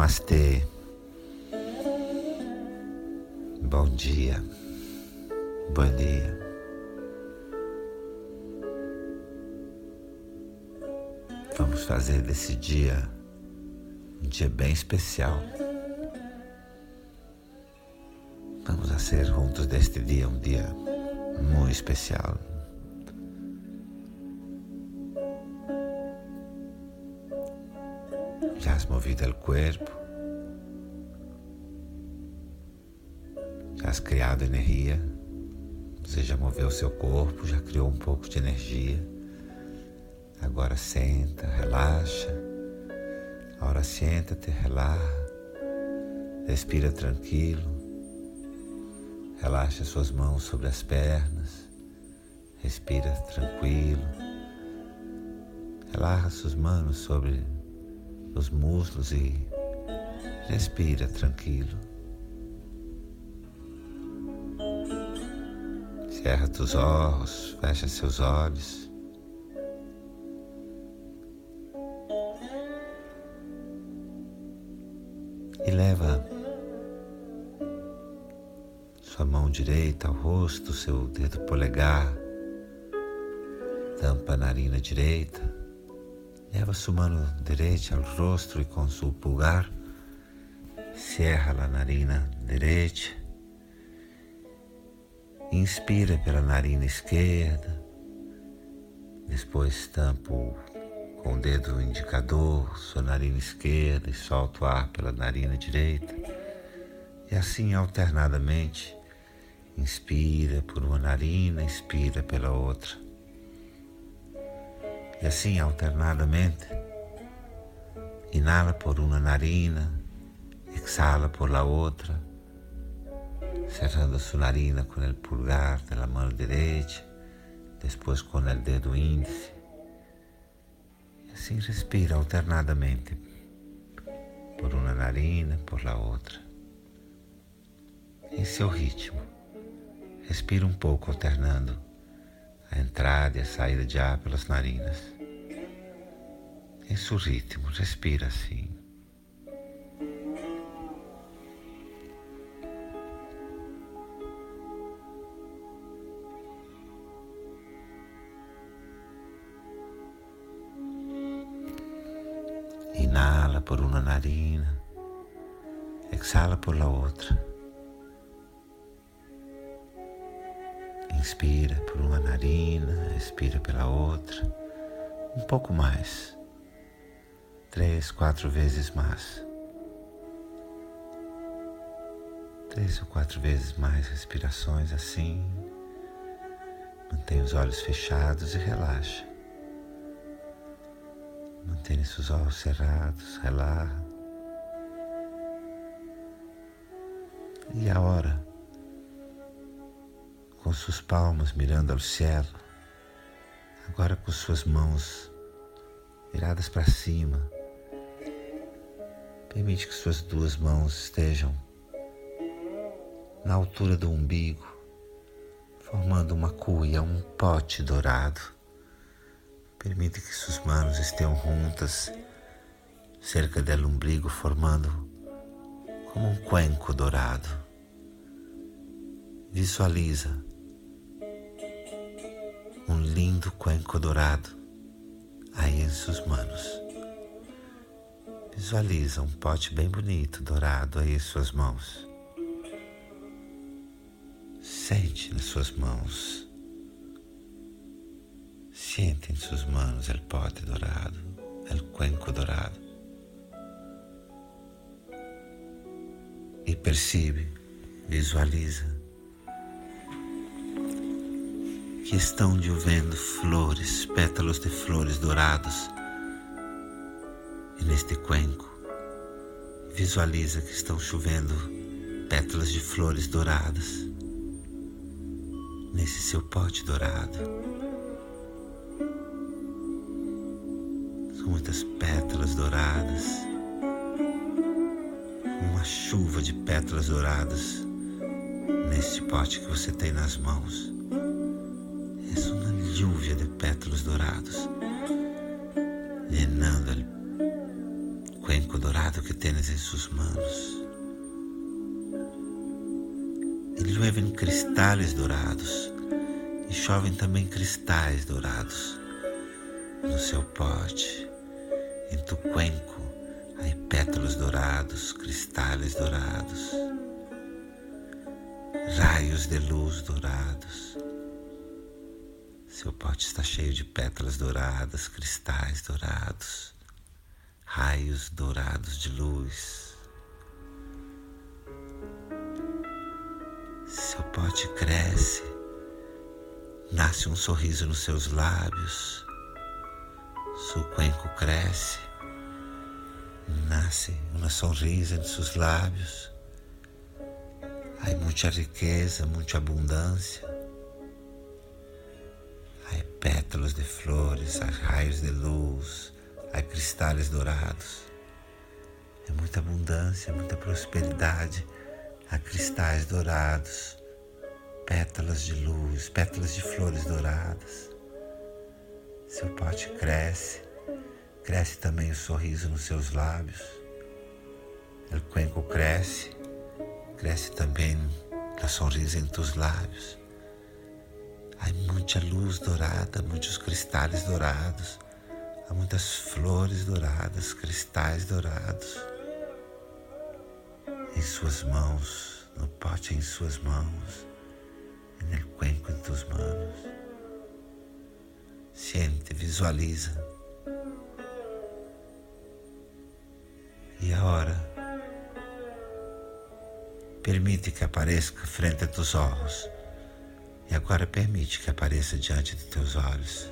Namastê. Bom dia. Bom dia. Vamos fazer desse dia um dia bem especial. Vamos fazer juntos deste dia um dia muito especial. Ya has movido el cuerpo, já has criado energia, você já moveu seu corpo, já criou um pouco de energia. Agora senta, relaxa. Agora senta-te, relaxa, respira tranquilo, relaxa suas mãos sobre as pernas, respira tranquilo, relaxa suas mãos sobre os muslos e respira tranquilo. Cerra teus olhos, fecha seus olhos. E leva sua mão direita ao rosto, seu dedo polegar, tampa a narina direita. Leva sua mano direita ao rosto e com seu pulgar cierra a narina direita. Inspira pela narina esquerda. Depois tampa com o dedo indicador sua narina esquerda e solta o ar pela narina direita. E assim alternadamente, inspira por uma narina, expira pela outra. E assim alternadamente, inhala por uma narina, exhala por la outra, cerrando sua narina com o pulgar da mão direita, depois com o dedo índice. E assim respira alternadamente, por uma narina, por la outra. Em seu ritmo, respira um pouco alternando a entrada e a saída de ar pelas narinas. Em seu ritmo, respira assim. Inhala por uma narina, exhala por la outra. Inspira por uma narina, expira pela outra. Um pouco mais. 3, 4 vezes mais. 3 ou 4 vezes mais respirações assim. Mantenha os olhos fechados e relaxa. Mantenha seus olhos cerrados, relaxa. E agora, com suas palmas mirando ao céu, agora com suas mãos viradas para cima, permite que suas duas mãos estejam na altura do umbigo, formando uma cuia, um pote dourado. Permite que suas mãos estejam juntas cerca do umbigo, formando como um cuenco dourado. Visualiza um lindo cuenco dourado aí em suas mãos. Visualiza um pote bem bonito, dourado aí em suas mãos. Sente nas suas mãos. Siente em suas mãos o pote dourado, o cuenco dourado. E percebe, visualiza que estão chovendo flores, pétalos de flores dourados. E neste cuenco, visualiza que estão chovendo pétalas de flores douradas nesse seu pote dourado. São muitas pétalas douradas, uma chuva de pétalas douradas neste pote que você tem nas mãos. É uma lluvia de pétalos dourados, llenando cuenco dorado que tienes en sus manos. E llueven cristales dourados, e chovem também cristais dourados no seu pote. Em tu cuenco há pétalos dourados, cristales dourados, raios de luz dourados. Seu pote está cheio de pétalas douradas, cristais dourados, raios dourados de luz. Seu pote cresce, nasce um sorriso nos seus lábios. Seu cuenco cresce, nasce uma sonrisa em seus lábios. Há muita riqueza, muita abundância. Há pétalos de flores, há raios de luz, há cristais dourados. É muita abundância, muita prosperidade. Há cristais dourados, pétalas de luz, pétalas de flores douradas. Seu pote cresce, cresce também o sorriso nos seus lábios. O cuenco cresce, cresce também a sonrisa em tus lábios. Há muita luz dourada, muitos cristais dourados, há muitas flores douradas, cristais dourados. Em suas mãos, no pote em suas mãos, e no cuenco em tus manos. Siente, visualiza. E agora, permite que apareça frente a tus olhos. E agora permite que apareça diante de teus olhos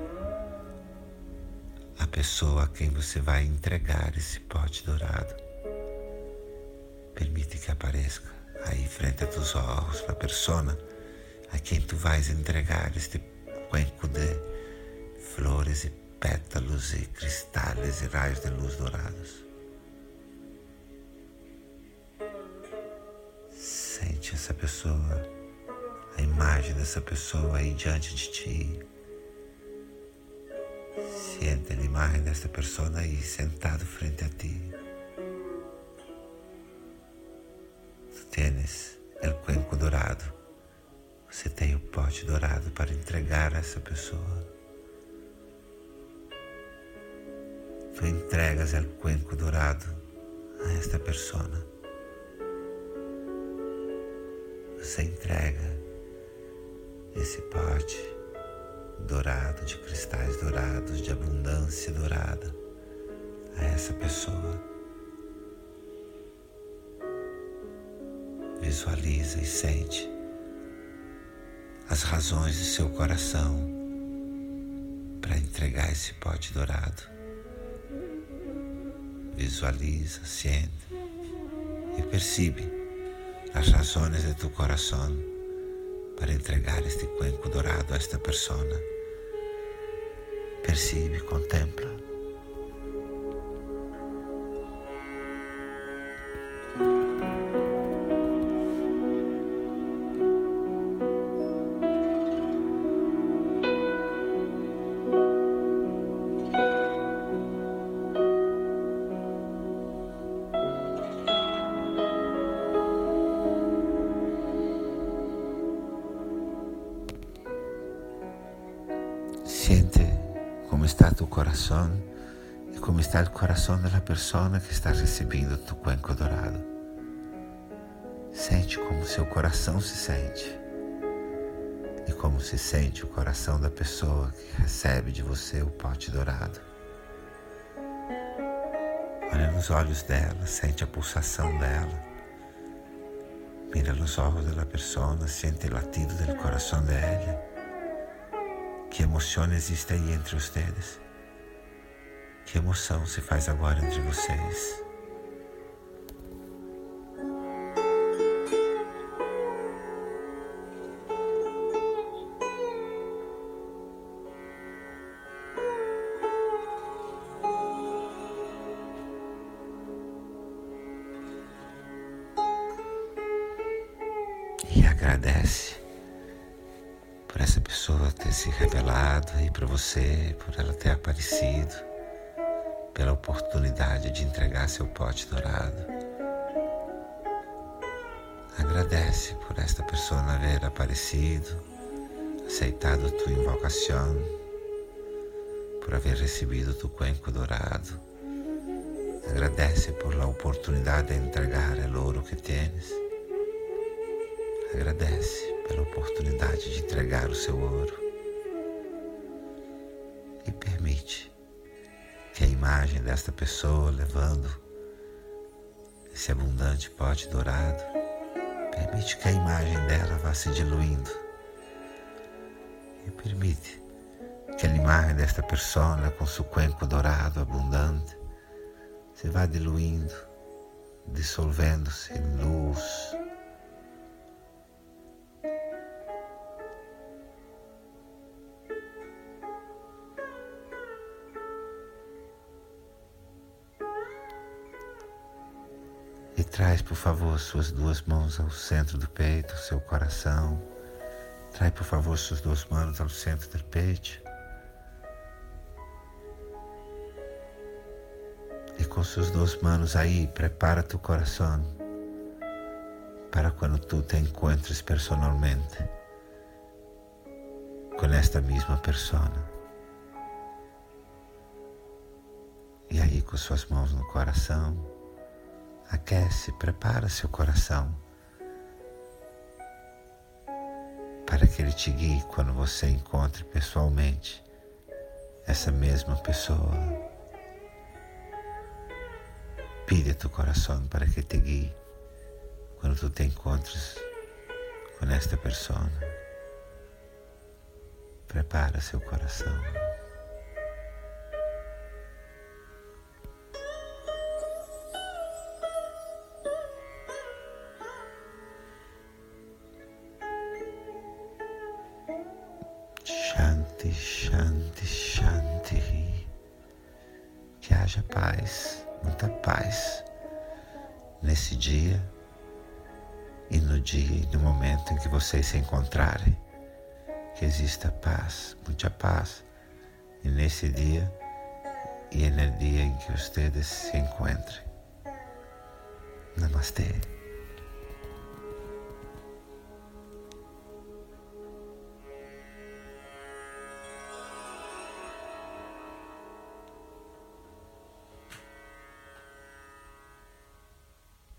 a pessoa a quem você vai entregar esse pote dourado. Permite que apareça aí frente a tus olhos a persona a quem tu vais entregar este cuenco de flores e pétalos e cristais e raios de luz dourados. Sente essa pessoa, a imagem dessa pessoa aí diante de ti. Siente a imagem dessa pessoa aí sentado frente a ti. Tu tienes o cuenco dourado. Você tem o pote dourado para entregar a essa pessoa. Tu entregas o cuenco dourado a esta persona. Você entrega esse pote dourado, de cristais dourados, de abundância dourada a essa pessoa. Visualiza e sente as razões de seu coração para entregar esse pote dourado. Visualiza, sente e percebe as razões de tu coração para entregar este cuenco dourado a esta persona. Percebe, contempla. Siente como está tu coração e como está o coração da pessoa que está recebendo tu cuenco dourado. Sente como seu coração se sente e como se sente o coração da pessoa que recebe de você o pote dourado. Olha nos olhos dela, sente a pulsação dela. Mira nos olhos da pessoa, sente o latido do coração dela. Que emoção existe aí entre vocês? Que emoção se faz agora entre vocês? E agradece por essa pessoa ter se revelado aí para você, por ela ter aparecido, pela oportunidade de entregar seu pote dourado. Agradece por esta pessoa haver aparecido, aceitado tua invocação, por haver recebido tu cuenco dourado. Agradece por la oportunidade de entregar o ouro que tienes. Agradece pela oportunidade de entregar o seu ouro. E permite que a imagem desta pessoa levando esse abundante pote dourado, permite que a imagem dela vá se diluindo. E permite que a imagem desta pessoa com seu cuenco dourado abundante se vá diluindo, dissolvendo-se em luz. E traz, por favor, suas duas mãos ao centro do peito, ao seu coração. Traz, por favor, suas duas mãos ao centro do peito. E com suas duas mãos aí, prepara tu coração para quando tu te encontres personalmente com esta mesma pessoa. E aí, com suas mãos no coração, aquece, prepara seu coração para que ele te guie quando você encontre pessoalmente essa mesma pessoa. Pide a tu coração para que te guie quando tu te encontres com esta pessoa. Prepara seu coração. Shanti, Shanti, Shanti. Que haja paz, muita paz nesse dia e no dia e no momento em que vocês se encontrarem. Que exista paz, muita paz, e nesse dia e no dia em que vocês se encontrem. Namastê.